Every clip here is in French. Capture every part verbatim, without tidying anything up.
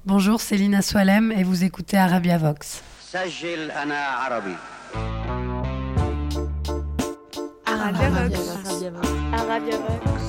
Bonjour, c'est Lina Swalem et vous écoutez Arabia Vox. سجل أنا عربي. Arabia Vox. Arabia Vox.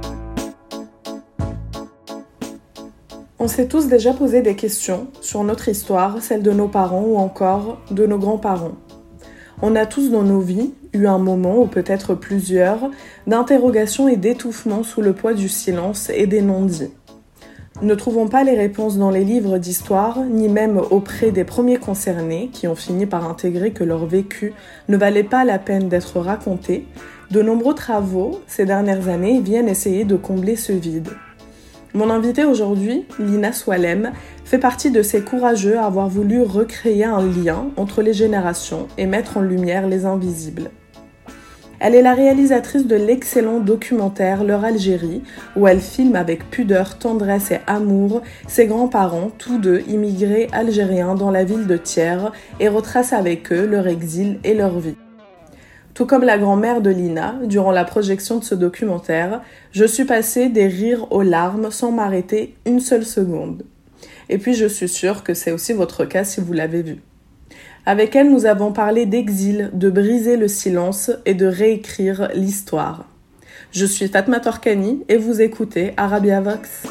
On s'est tous déjà posé des questions sur notre histoire, celle de nos parents ou encore de nos grands-parents. On a tous dans nos vies eu un moment, ou peut-être plusieurs, d'interrogation et d'étouffement sous le poids du silence et des non-dits. Ne trouvons pas les réponses dans les livres d'histoire, ni même auprès des premiers concernés qui ont fini par intégrer que leur vécu ne valait pas la peine d'être raconté. De nombreux travaux, ces dernières années, viennent essayer de combler ce vide. Mon invitée aujourd'hui, Lina Swalem, fait partie de ces courageux à avoir voulu recréer un lien entre les générations et mettre en lumière les invisibles. Elle est la réalisatrice de l'excellent documentaire Leur Algérie, où elle filme avec pudeur, tendresse et amour ses grands-parents, tous deux immigrés algériens dans la ville de Thiers, et retrace avec eux leur exil et leur vie. Tout comme la grand-mère de Lina, durant la projection de ce documentaire, je suis passée des rires aux larmes sans m'arrêter une seule seconde. Et puis je suis sûre que c'est aussi votre cas si vous l'avez vu. Avec elle, nous avons parlé d'exil, de briser le silence et de réécrire l'histoire. Je suis Fatma Torkani et vous écoutez Arabia Vox.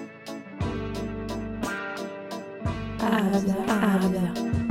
Arabia, Arabia.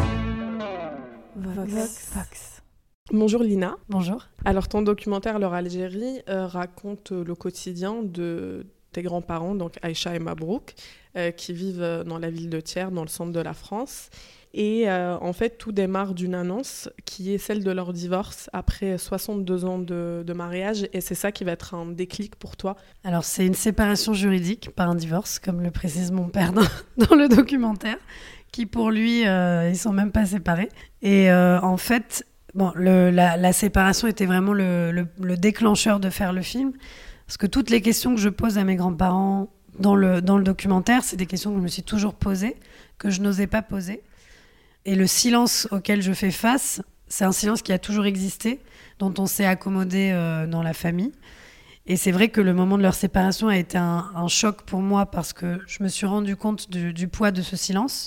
Vox. Vox. Bonjour Lina. Bonjour. Alors ton documentaire Leur Algérie euh, raconte le quotidien de tes grands-parents, donc Aïcha et Mabrouk, euh, qui vivent dans la ville de Thiers, dans le centre de la France. Et euh, en fait, tout démarre d'une annonce qui est celle de leur divorce après soixante-deux ans de, de mariage. Et c'est ça qui va être un déclic pour toi. Alors, c'est une séparation juridique, pas un divorce, comme le précise mon père dans, dans le documentaire, qui pour lui, euh, ils sont même pas séparés. Et euh, en fait, bon, le, la, la séparation était vraiment le, le, le déclencheur de faire le film. Parce que toutes les questions que je pose à mes grands-parents dans le, dans le documentaire, c'est des questions que je me suis toujours posées, que je n'osais pas poser. Et le silence auquel je fais face, c'est un silence qui a toujours existé, dont on s'est accommodé euh, dans la famille. Et c'est vrai que le moment de leur séparation a été un, un choc pour moi parce que je me suis rendu compte du, du poids de ce silence,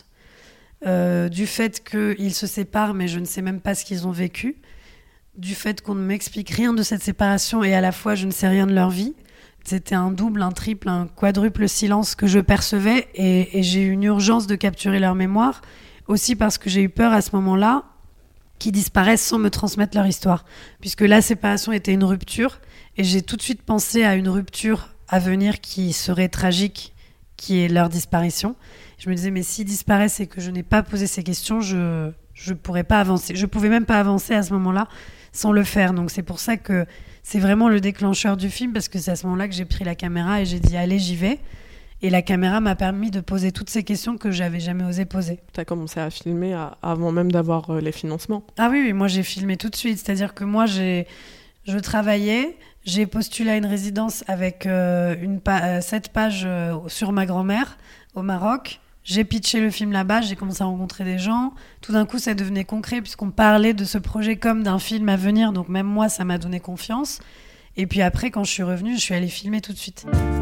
euh, du fait qu'ils se séparent, mais je ne sais même pas ce qu'ils ont vécu, du fait qu'on ne m'explique rien de cette séparation et à la fois je ne sais rien de leur vie. C'était un double, un triple, un quadruple silence que je percevais et, et j'ai eu une urgence de capturer leur mémoire. Aussi parce que j'ai eu peur à ce moment-là qu'ils disparaissent sans me transmettre leur histoire. Puisque la séparation était une rupture et j'ai tout de suite pensé à une rupture à venir qui serait tragique, qui est leur disparition. Je me disais, mais s'ils disparaissent et que je n'ai pas posé ces questions, je ne pourrais pas avancer. Je ne pouvais même pas avancer à ce moment-là sans le faire. Donc c'est pour ça que c'est vraiment le déclencheur du film parce que c'est à ce moment-là que j'ai pris la caméra et j'ai dit, allez, j'y vais. Et la caméra m'a permis de poser toutes ces questions que j'avais jamais osé poser. Tu as commencé à filmer à, avant même d'avoir euh, les financements. Ah oui, oui, moi j'ai filmé tout de suite. C'est-à-dire que moi, j'ai, je travaillais, j'ai postulé à une résidence avec euh, une pa- euh, sept pages euh, sur ma grand-mère au Maroc. J'ai pitché le film là-bas, j'ai commencé à rencontrer des gens. Tout d'un coup, ça devenait concret puisqu'on parlait de ce projet comme d'un film à venir. Donc même moi, ça m'a donné confiance. Et puis après, quand je suis revenue, je suis allée filmer tout de suite.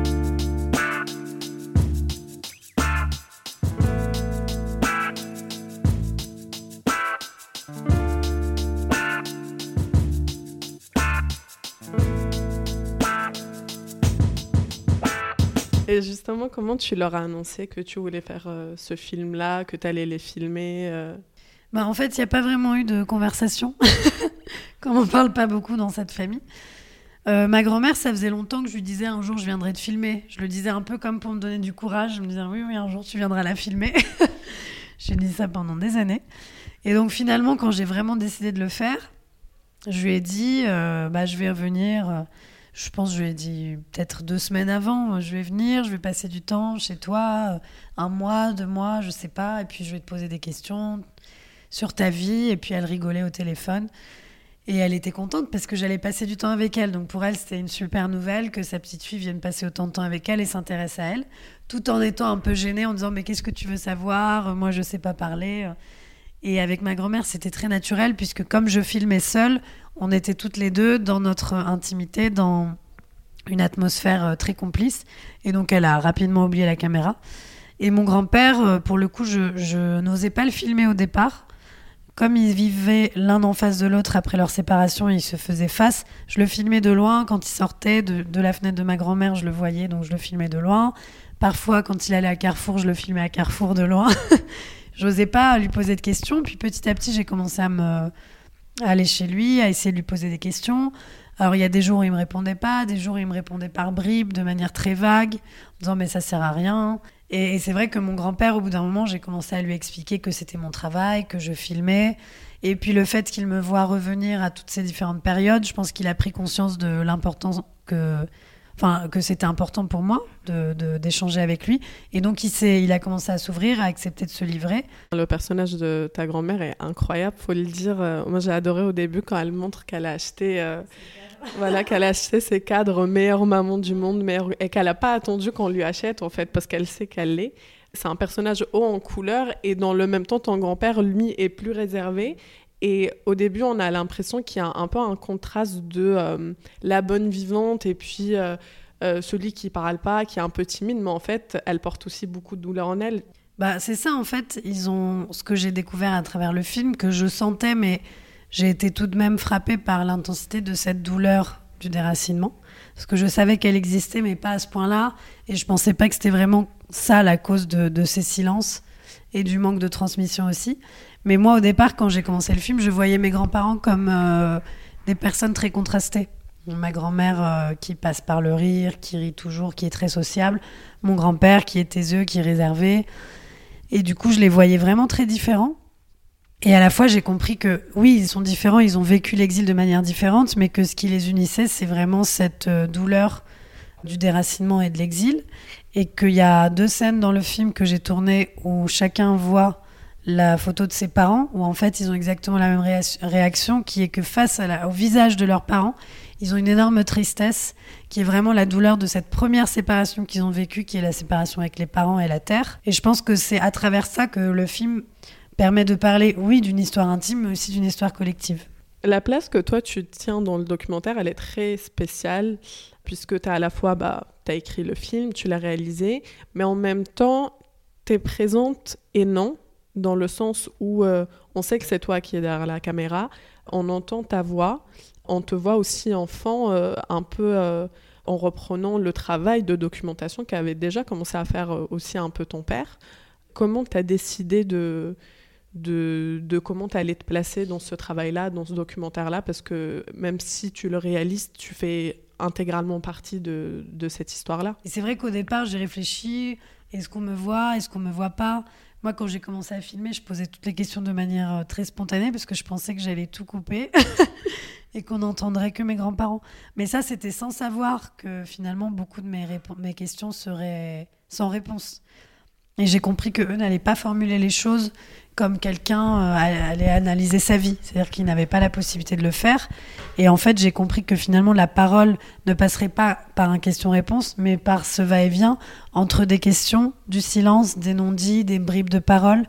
Et justement, comment tu leur as annoncé que tu voulais faire euh, ce film-là, que tu allais les filmer euh... Bah, en fait, il n'y a pas vraiment eu de conversation, comme on ne parle pas beaucoup dans cette famille. Euh, ma grand-mère, ça faisait longtemps que je lui disais un jour je viendrai te filmer. Je le disais un peu comme pour me donner du courage. Je me disais oui, oui, un jour tu viendras la filmer. J'ai dit ça pendant des années. Et donc finalement, quand j'ai vraiment décidé de le faire, je lui ai dit euh, bah, je vais revenir... Euh, Je pense que je lui ai dit peut-être deux semaines avant, je vais venir, je vais passer du temps chez toi, un mois, deux mois, je sais pas, et puis je vais te poser des questions sur ta vie, et puis elle rigolait au téléphone. Et elle était contente parce que j'allais passer du temps avec elle. Donc pour elle, c'était une super nouvelle que sa petite fille vienne passer autant de temps avec elle et s'intéresse à elle, tout en étant un peu gênée, en disant « mais qu'est-ce que tu veux savoir ? Moi, je sais pas parler. » Et avec ma grand-mère, c'était très naturel puisque comme je filmais seule, on était toutes les deux dans notre intimité, dans une atmosphère très complice. Et donc, elle a rapidement oublié la caméra. Et mon grand-père, euh, pour le coup, je, je n'osais pas le filmer au départ. Comme ils vivaient l'un en face de l'autre après leur séparation, ils se faisaient face. Je le filmais de loin. Quand il sortait de, de la fenêtre de ma grand-mère, je le voyais, donc je le filmais de loin. Parfois, quand il allait à Carrefour, je le filmais à Carrefour de loin. J'osais pas lui poser de questions. Puis petit à petit, j'ai commencé à, me, à aller chez lui, à essayer de lui poser des questions. Alors, il y a des jours où il me répondait pas, des jours où il me répondait par bribes, de manière très vague, en disant « mais ça sert à rien ». Et, et c'est vrai que mon grand-père, au bout d'un moment, j'ai commencé à lui expliquer que c'était mon travail, que je filmais. Et puis le fait qu'il me voit revenir à toutes ces différentes périodes, je pense qu'il a pris conscience de l'importance que, enfin, que c'était important pour moi de, de, d'échanger avec lui. Et donc il, s'est, il a commencé à s'ouvrir, à accepter de se livrer. Le personnage de ta grand-mère est incroyable, faut le dire. Euh, moi, j'ai adoré au début quand elle montre qu'elle a acheté... Euh... Voilà, qu'elle a acheté ses cadres meilleure maman du monde, meilleure... et qu'elle n'a pas attendu qu'on lui achète, en fait, parce qu'elle sait qu'elle l'est. C'est un personnage haut en couleur, et dans le même temps, ton grand-père, lui, est plus réservé. Et au début, on a l'impression qu'il y a un peu un contraste de euh, la bonne vivante, et puis euh, euh, celui qui ne parle pas, qui est un peu timide, mais en fait, elle porte aussi beaucoup de douleur en elle. Bah, c'est ça, en fait, ils ont... ce que j'ai découvert à travers le film, que je sentais, mais... J'ai été tout de même frappée par l'intensité de cette douleur du déracinement. Parce que je savais qu'elle existait, mais pas à ce point-là. Et je pensais pas que c'était vraiment ça la cause de, de ces silences et du manque de transmission aussi. Mais moi, au départ, quand j'ai commencé le film, je voyais mes grands-parents comme euh, des personnes très contrastées. Ma grand-mère euh, qui passe par le rire, qui rit toujours, qui est très sociable. Mon grand-père qui est taiseux, qui est réservé. Et du coup, je les voyais vraiment très différents. Et à la fois, j'ai compris que, oui, ils sont différents, ils ont vécu l'exil de manière différente, mais que ce qui les unissait, c'est vraiment cette euh, douleur du déracinement et de l'exil. Et qu'il y a deux scènes dans le film que j'ai tournées où chacun voit la photo de ses parents, où en fait, ils ont exactement la même réa- réaction, qui est que face à la, au visage de leurs parents, ils ont une énorme tristesse, qui est vraiment la douleur de cette première séparation qu'ils ont vécue, qui est la séparation avec les parents et la terre. Et je pense que c'est à travers ça que le film... permet de parler, oui, d'une histoire intime, mais aussi d'une histoire collective. La place que toi, tu tiens dans le documentaire, elle est très spéciale, puisque tu as à la fois, bah, tu as écrit le film, tu l'as réalisé, mais en même temps, tu es présente et non, dans le sens où euh, on sait que c'est toi qui es derrière la caméra, on entend ta voix, on te voit aussi enfant, euh, un peu... Euh, en reprenant le travail de documentation qu'avait déjà commencé à faire euh, aussi un peu ton père. Comment tu as décidé de... De, de comment tu allais te placer dans ce travail-là, dans ce documentaire-là, parce que même si tu le réalises, tu fais intégralement partie de, de cette histoire-là. Et c'est vrai qu'au départ, j'ai réfléchi, est-ce qu'on me voit, est-ce qu'on me voit pas ? Moi, quand j'ai commencé à filmer, je posais toutes les questions de manière très spontanée, parce que je pensais que j'allais tout couper et qu'on n'entendrait que mes grands-parents. Mais ça, c'était sans savoir que finalement, beaucoup de mes, rép- mes questions seraient sans réponse. Et j'ai compris qu'eux n'allaient pas formuler les choses comme quelqu'un euh, allait analyser sa vie. C'est-à-dire qu'ils n'avaient pas la possibilité de le faire. Et en fait, j'ai compris que finalement, la parole ne passerait pas par un question-réponse, mais par ce va-et-vient entre des questions, du silence, des non-dits, des bribes de parole.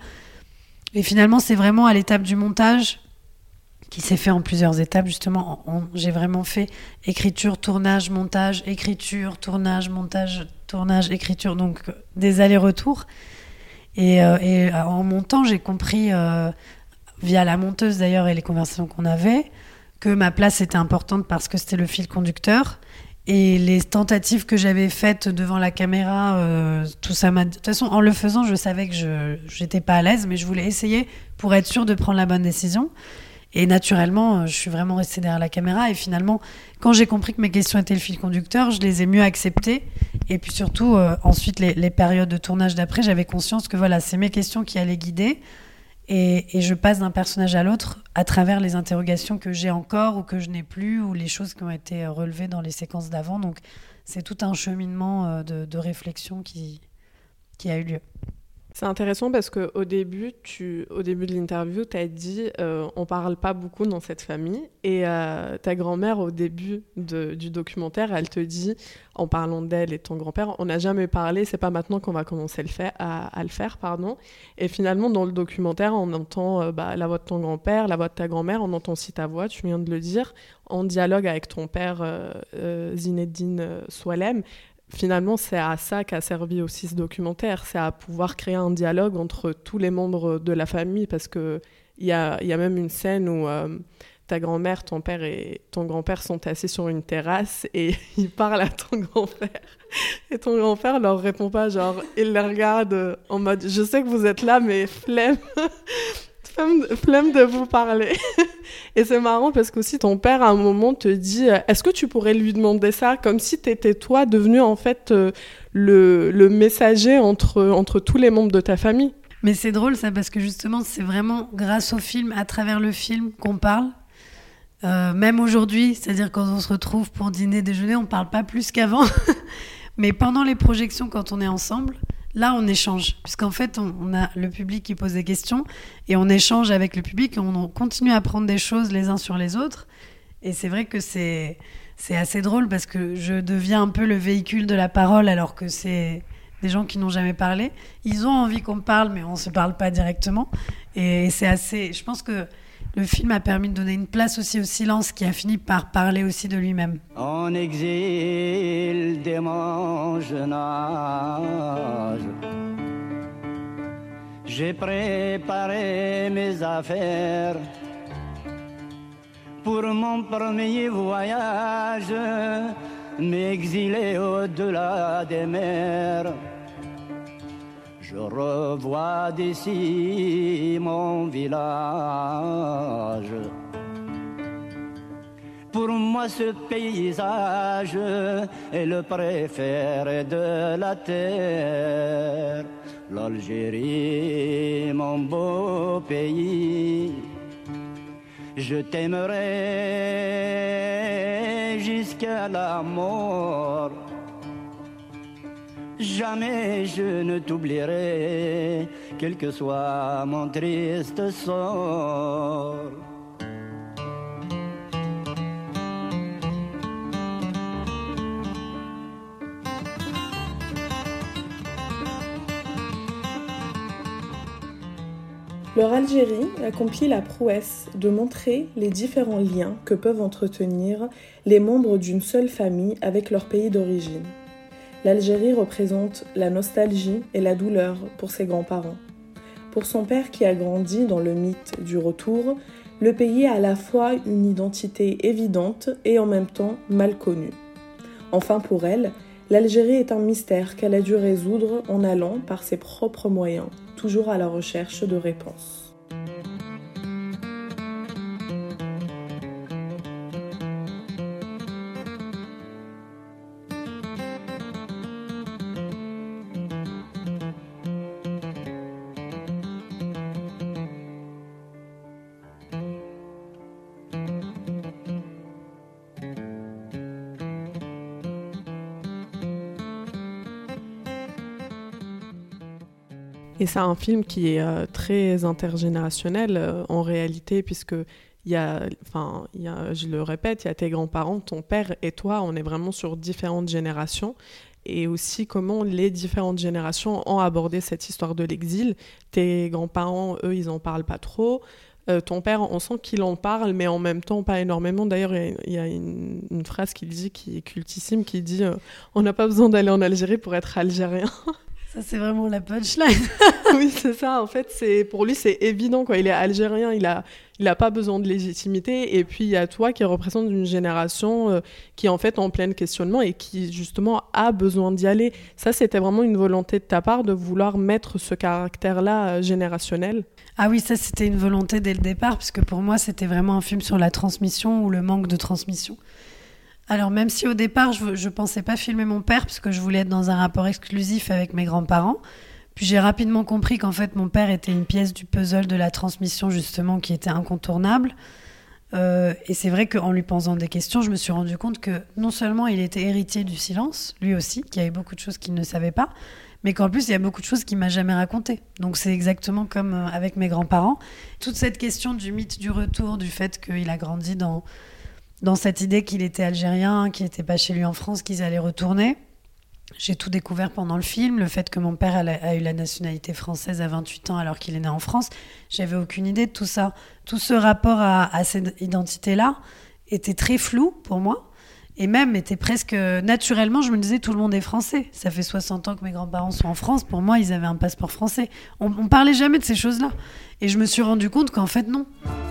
Et finalement, c'est vraiment à l'étape du montage, qui s'est fait en plusieurs étapes, justement. On, j'ai vraiment fait écriture, tournage, montage, écriture, tournage, montage, tournage, écriture, donc des allers-retours. Et, euh, et en montant, j'ai compris, euh, via la monteuse d'ailleurs et les conversations qu'on avait, que ma place était importante parce que c'était le fil conducteur. Et les tentatives que j'avais faites devant la caméra, euh, tout ça m'a... De toute façon, en le faisant, je savais que je j'étais pas à l'aise, mais je voulais essayer pour être sûre de prendre la bonne décision. Et naturellement, je suis vraiment restée derrière la caméra. Et finalement, quand j'ai compris que mes questions étaient le fil conducteur, je les ai mieux acceptées. Et puis surtout, euh, ensuite, les, les périodes de tournage d'après, j'avais conscience que voilà, c'est mes questions qui allaient guider. Et, et je passe d'un personnage à l'autre à travers les interrogations que j'ai encore ou que je n'ai plus, ou les choses qui ont été relevées dans les séquences d'avant. Donc, c'est tout un cheminement de, de réflexion qui, qui a eu lieu. C'est intéressant parce qu'au début, tu, au début de l'interview, tu as dit euh, on ne parle pas beaucoup dans cette famille. Et euh, ta grand-mère, au début de, du documentaire, elle te dit, en parlant d'elle et de ton grand-père, on n'a jamais parlé, c'est pas maintenant qu'on va commencer le fait, à, à le faire. Pardon. Et finalement, dans le documentaire, on entend euh, bah, la voix de ton grand-père, la voix de ta grand-mère, on entend aussi ta voix, tu viens de le dire, en dialogue avec ton père, euh, euh, Zinedine Soualem. finalement, c'est à ça qu'a servi aussi ce documentaire, c'est à pouvoir créer un dialogue entre tous les membres de la famille, parce qu'il y a, y a même une scène où euh, ta grand-mère, ton père et ton grand-père sont assis sur une terrasse et ils parlent à ton grand-père. Et ton grand-père leur répond pas, genre, il les regarde en mode « Je sais que vous êtes là, mais flemme, flemme, flemme de vous parler. » Et c'est marrant parce qu'aussi ton père, à un moment, te dit « Est-ce que tu pourrais lui demander ça ?» Comme si t'étais toi devenu en fait euh, le, le messager entre, entre tous les membres de ta famille. Mais c'est drôle ça, parce que justement, c'est vraiment grâce au film, à travers le film, qu'on parle. Euh, même aujourd'hui, c'est-à-dire quand on se retrouve pour dîner, déjeuner, on ne parle pas plus qu'avant. Mais pendant les projections, quand on est ensemble, là, on échange. Puisqu'en fait, on, on a le public qui pose des questions et on échange avec le public et on, on continue à apprendre des choses les uns sur les autres. Et c'est vrai que c'est, c'est assez drôle parce que je deviens un peu le véhicule de la parole alors que c'est des gens qui n'ont jamais parlé. Ils ont envie qu'on parle, mais on ne se parle pas directement. Et c'est assez... Je pense que le film a permis de donner une place aussi au silence qui a fini par parler aussi de lui-même. En exil dès mon jeune âge, j'ai préparé mes affaires pour mon premier voyage, m'exiler au-delà des mers. Je revois d'ici mon village. Pour moi ce paysage est le préféré de la terre. L'Algérie, mon beau pays, je t'aimerai jusqu'à la mort. Jamais je ne t'oublierai, quel que soit mon triste sort. Leur Algérie accomplit la prouesse de montrer les différents liens que peuvent entretenir les membres d'une seule famille avec leur pays d'origine. L'Algérie représente la nostalgie et la douleur pour ses grands-parents. Pour son père qui a grandi dans le mythe du retour, le pays a à la fois une identité évidente et en même temps mal connue. Enfin pour elle, l'Algérie est un mystère qu'elle a dû résoudre en allant par ses propres moyens, toujours à la recherche de réponses. Et c'est un film qui est euh, très intergénérationnel euh, en réalité, puisque il y a, enfin, il y a, je le répète, il y a tes grands-parents, ton père et toi, on est vraiment sur différentes générations. Et aussi comment les différentes générations ont abordé cette histoire de l'exil. Tes grands-parents, eux, ils en parlent pas trop. Euh, ton père, on sent qu'il en parle, mais en même temps pas énormément. D'ailleurs, il y, y a une, une phrase qu'il dit qui est cultissime, qui dit euh, « On n'a pas besoin d'aller en Algérie pour être algérien ». Ça, c'est vraiment la punchline. Oui, c'est ça. En fait, c'est, pour lui, c'est évident, quoi. Il est algérien, il a, il a pas besoin de légitimité. Et puis, il y a toi qui représente une génération euh, qui est en fait en plein questionnement et qui, justement, a besoin d'y aller. Ça, c'était vraiment une volonté de ta part de vouloir mettre ce caractère-là euh, générationnel. Ah oui, ça, c'était une volonté dès le départ, parce que pour moi, c'était vraiment un film sur la transmission ou le manque de transmission. Alors, même si au départ, je ne pensais pas filmer mon père, parce que je voulais être dans un rapport exclusif avec mes grands-parents, puis j'ai rapidement compris qu'en fait, mon père était une pièce du puzzle de la transmission, justement, qui était incontournable. Euh, et c'est vrai qu'en lui posant des questions, je me suis rendu compte que non seulement il était héritier du silence, lui aussi, qu'il y avait beaucoup de choses qu'il ne savait pas, mais qu'en plus, il y a beaucoup de choses qu'il ne m'a jamais racontées. Donc, c'est exactement comme avec mes grands-parents. Toute cette question du mythe du retour, du fait qu'il a grandi dans... dans cette idée qu'il était algérien, qu'il n'était pas chez lui en France, qu'ils allaient retourner. J'ai tout découvert pendant le film, le fait que mon père a eu la nationalité française à vingt-huit ans alors qu'il est né en France. J'avais aucune idée de tout ça. Tout ce rapport à, à cette identité-là était très flou pour moi. Et même, était presque naturellement, je me disais, tout le monde est français. Ça fait soixante ans que mes grands-parents sont en France. Pour moi, ils avaient un passeport français. On, on parlait jamais de ces choses-là. Et je me suis rendu compte qu'en fait, non.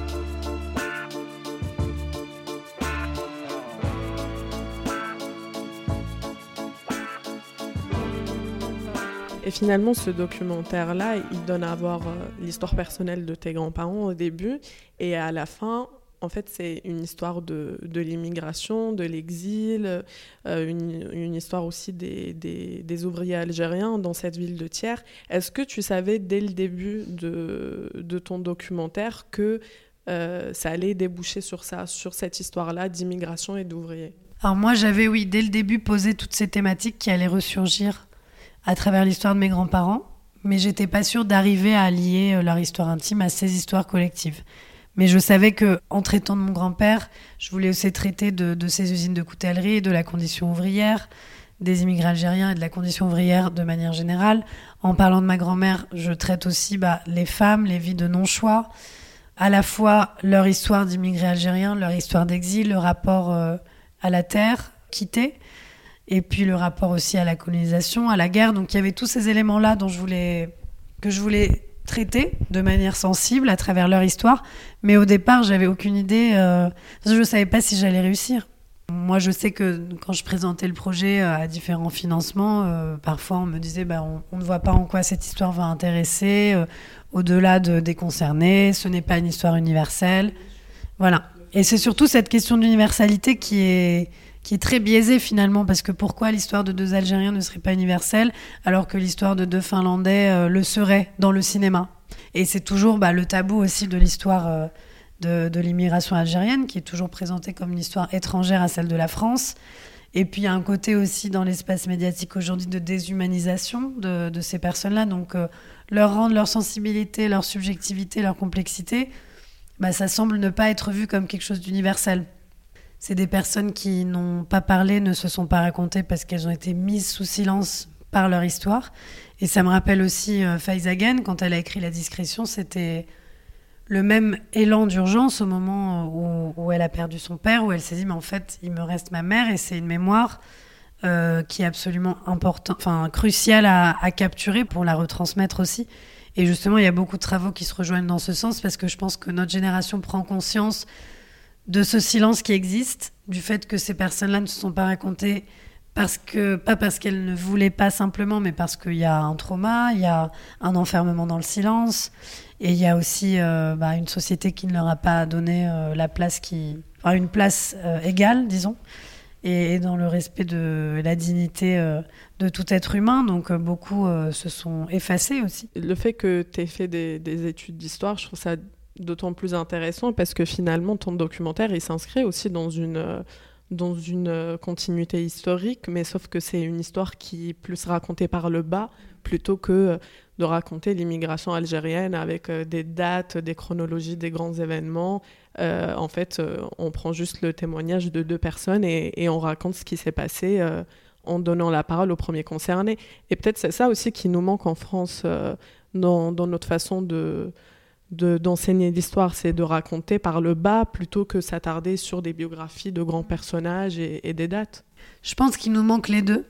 Et finalement, ce documentaire-là, il donne à voir euh, l'histoire personnelle de tes grands-parents au début. Et à la fin, en fait, c'est une histoire de, de l'immigration, de l'exil, euh, une, une histoire aussi des, des, des ouvriers algériens dans cette ville de Thiers. Est-ce que tu savais dès le début de, de ton documentaire que euh, ça allait déboucher sur ça, sur cette histoire-là d'immigration et d'ouvriers ? Alors moi, j'avais, oui, dès le début, posé toutes ces thématiques qui allaient ressurgir à travers l'histoire de mes grands-parents, mais j'étais pas sûre d'arriver à lier leur histoire intime à ces histoires collectives. Mais je savais que, en traitant de mon grand-père, je voulais aussi traiter de, de ces usines de coutellerie, de la condition ouvrière, des immigrés algériens et de la condition ouvrière de manière générale. En parlant de ma grand-mère, je traite aussi bah, les femmes, les vies de non-choix, à la fois leur histoire d'immigrés algériens, leur histoire d'exil, le rapport euh, à la terre quittée, et puis le rapport aussi à la colonisation, à la guerre. Donc il y avait tous ces éléments-là dont je voulais, que je voulais traiter de manière sensible à travers leur histoire. Mais au départ, j'avais aucune idée. Euh, je ne savais pas si j'allais réussir. Moi, je sais que quand je présentais le projet à différents financements, euh, parfois on me disait bah, on, on ne voit pas en quoi cette histoire va intéresser, euh, au-delà de, des concernés, ce n'est pas une histoire universelle. Voilà. Et c'est surtout cette question d'universalité qui est... qui est très biaisé finalement, parce que pourquoi l'histoire de deux Algériens ne serait pas universelle, alors que l'histoire de deux Finlandais euh, le serait dans le cinéma. Et c'est toujours bah, le tabou aussi de l'histoire euh, de, de l'immigration algérienne, qui est toujours présentée comme une histoire étrangère à celle de la France. Et puis il y a un côté aussi dans l'espace médiatique aujourd'hui de déshumanisation de, de ces personnes-là, donc euh, leur rendre leur sensibilité, leur subjectivité, leur complexité, bah, ça semble ne pas être vu comme quelque chose d'universel. C'est des personnes qui n'ont pas parlé, ne se sont pas racontées parce qu'elles ont été mises sous silence par leur histoire. Et ça me rappelle aussi euh, Faiza Ghen, quand elle a écrit La Discrétion, c'était le même élan d'urgence au moment où, où elle a perdu son père, où elle s'est dit, mais en fait, il me reste ma mère, et c'est une mémoire euh, qui est absolument importante, enfin cruciale à, à capturer pour la retransmettre aussi. Et justement, il y a beaucoup de travaux qui se rejoignent dans ce sens, parce que je pense que notre génération prend conscience de ce silence qui existe, du fait que ces personnes-là ne se sont pas racontées, parce que, pas parce qu'elles ne voulaient pas simplement, mais parce qu'il y a un trauma, il y a un enfermement dans le silence, et il y a aussi euh, bah, une société qui ne leur a pas donné euh, la place qui, enfin, une place euh, égale, disons, et, et dans le respect de la dignité euh, de tout être humain. Donc euh, beaucoup euh, se sont effacés aussi. Le fait que tu aies fait des, des études d'histoire, je trouve ça d'autant plus intéressant parce que finalement ton documentaire il s'inscrit aussi dans une, dans une continuité historique, mais sauf que c'est une histoire qui est plus racontée par le bas plutôt que de raconter l'immigration algérienne avec des dates, des chronologies, des grands événements. Euh, en fait, on prend juste le témoignage de deux personnes et, et on raconte ce qui s'est passé euh, en donnant la parole aux premiers concernés. Et peut-être c'est ça aussi qui nous manque en France euh, dans, dans notre façon de... De, d'enseigner l'histoire, c'est de raconter par le bas plutôt que s'attarder sur des biographies de grands personnages et, et des dates. Je pense qu'il nous manque les deux,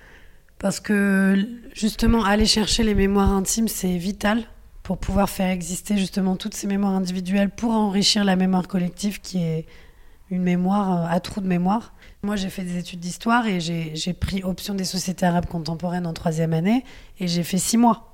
parce que justement aller chercher les mémoires intimes, c'est vital pour pouvoir faire exister justement toutes ces mémoires individuelles pour enrichir la mémoire collective qui est une mémoire à trous de mémoire. Moi j'ai fait des études d'histoire et j'ai, j'ai pris option des sociétés arabes contemporaines en troisième année et j'ai fait six mois.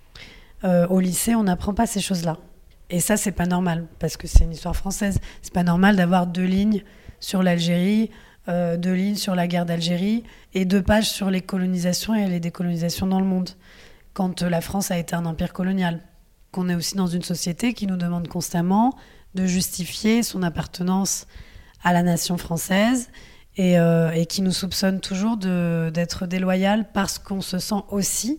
Euh, au lycée, on n'apprend pas ces choses-là. Et ça, c'est pas normal, parce que c'est une histoire française. C'est pas normal d'avoir deux lignes sur l'Algérie, euh, deux lignes sur la guerre d'Algérie, et deux pages sur les colonisations et les décolonisations dans le monde, quand euh, la France a été un empire colonial. Qu'on est aussi dans une société qui nous demande constamment de justifier son appartenance à la nation française, et, euh, et qui nous soupçonne toujours de, d'être déloyal parce qu'on se sent aussi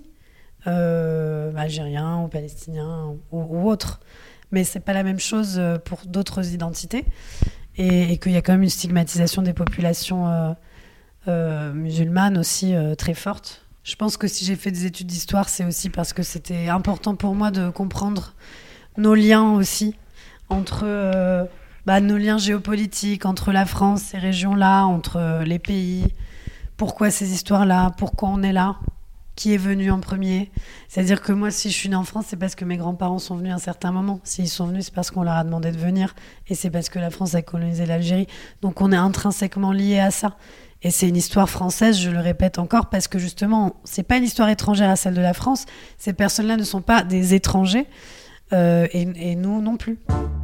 Euh, algériens ou palestiniens ou, ou autres. Mais c'est pas la même chose pour d'autres identités et, et qu'il y a quand même une stigmatisation des populations euh, euh, musulmanes aussi euh, très forte. Je pense que si j'ai fait des études d'histoire, c'est aussi parce que c'était important pour moi de comprendre nos liens aussi entre euh, bah, nos liens géopolitiques entre la France, ces régions-là, entre les pays. Pourquoi ces histoires-là? Pourquoi on est là? Qui est venu en premier? C'est-à-dire que moi, si je suis née en France, c'est parce que mes grands-parents sont venus à un certain moment. S'ils sont venus, c'est parce qu'on leur a demandé de venir. Et c'est parce que la France a colonisé l'Algérie. Donc on est intrinsèquement liés à ça. Et c'est une histoire française, je le répète encore, parce que justement, c'est pas une histoire étrangère à celle de la France. Ces personnes-là ne sont pas des étrangers, euh, et, et nous non plus.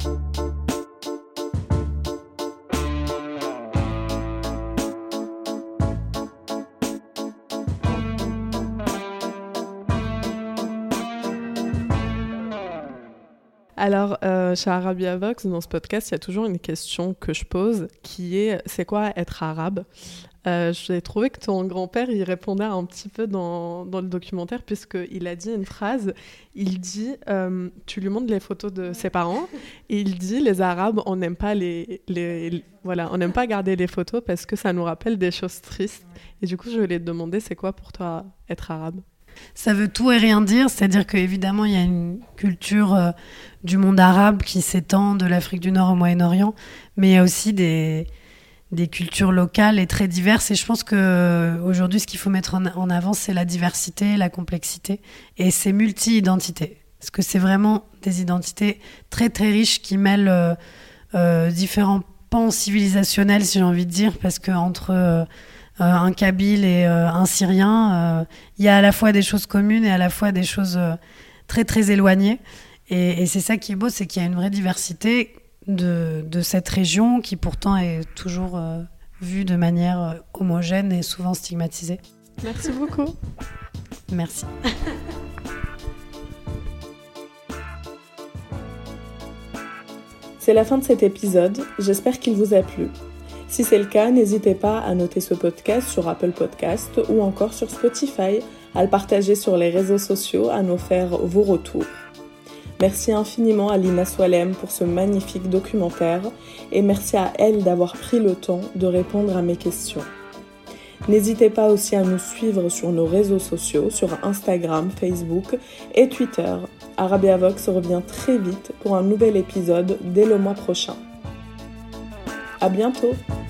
Alors, euh, chez Arabia Vox, dans ce podcast, il y a toujours une question que je pose, qui est « c'est quoi être arabe ?» euh, J'ai trouvé que ton grand-père, il répondait un petit peu dans, dans le documentaire, puisqu'il a dit une phrase, il dit euh, « tu lui montres les photos de ses parents », et il dit « les Arabes, on n'aime pas, les, les, les, voilà, on n'aime pas garder les photos parce que ça nous rappelle des choses tristes ». Et du coup, je voulais te demander, c'est quoi pour toi être arabe ? Ça veut tout et rien dire, c'est-à-dire qu'évidemment, il y a une culture euh, du monde arabe qui s'étend de l'Afrique du Nord au Moyen-Orient, mais il y a aussi des, des cultures locales et très diverses. Et je pense qu'aujourd'hui, ce qu'il faut mettre en, en avant, c'est la diversité, la complexité et ces multi-identités. Parce que c'est vraiment des identités très, très riches qui mêlent euh, euh, différents pans civilisationnels, si j'ai envie de dire, parce qu'entre... Euh, Euh, un Kabyle et euh, un Syrien, il euh, y a à la fois des choses communes et à la fois des choses euh, très très éloignées. Et, et c'est ça qui est beau, c'est qu'il y a une vraie diversité de, de cette région qui pourtant est toujours euh, vue de manière euh, homogène et souvent stigmatisée. Merci beaucoup. Merci. C'est la fin de cet épisode, j'espère qu'il vous a plu. Si c'est le cas, n'hésitez pas à noter ce podcast sur Apple Podcast ou encore sur Spotify, à le partager sur les réseaux sociaux, à nous faire vos retours. Merci infiniment à Lina Swalem pour ce magnifique documentaire et merci à elle d'avoir pris le temps de répondre à mes questions. N'hésitez pas aussi à nous suivre sur nos réseaux sociaux, sur Instagram, Facebook et Twitter. Arabia Vox revient très vite pour un nouvel épisode dès le mois prochain. À bientôt!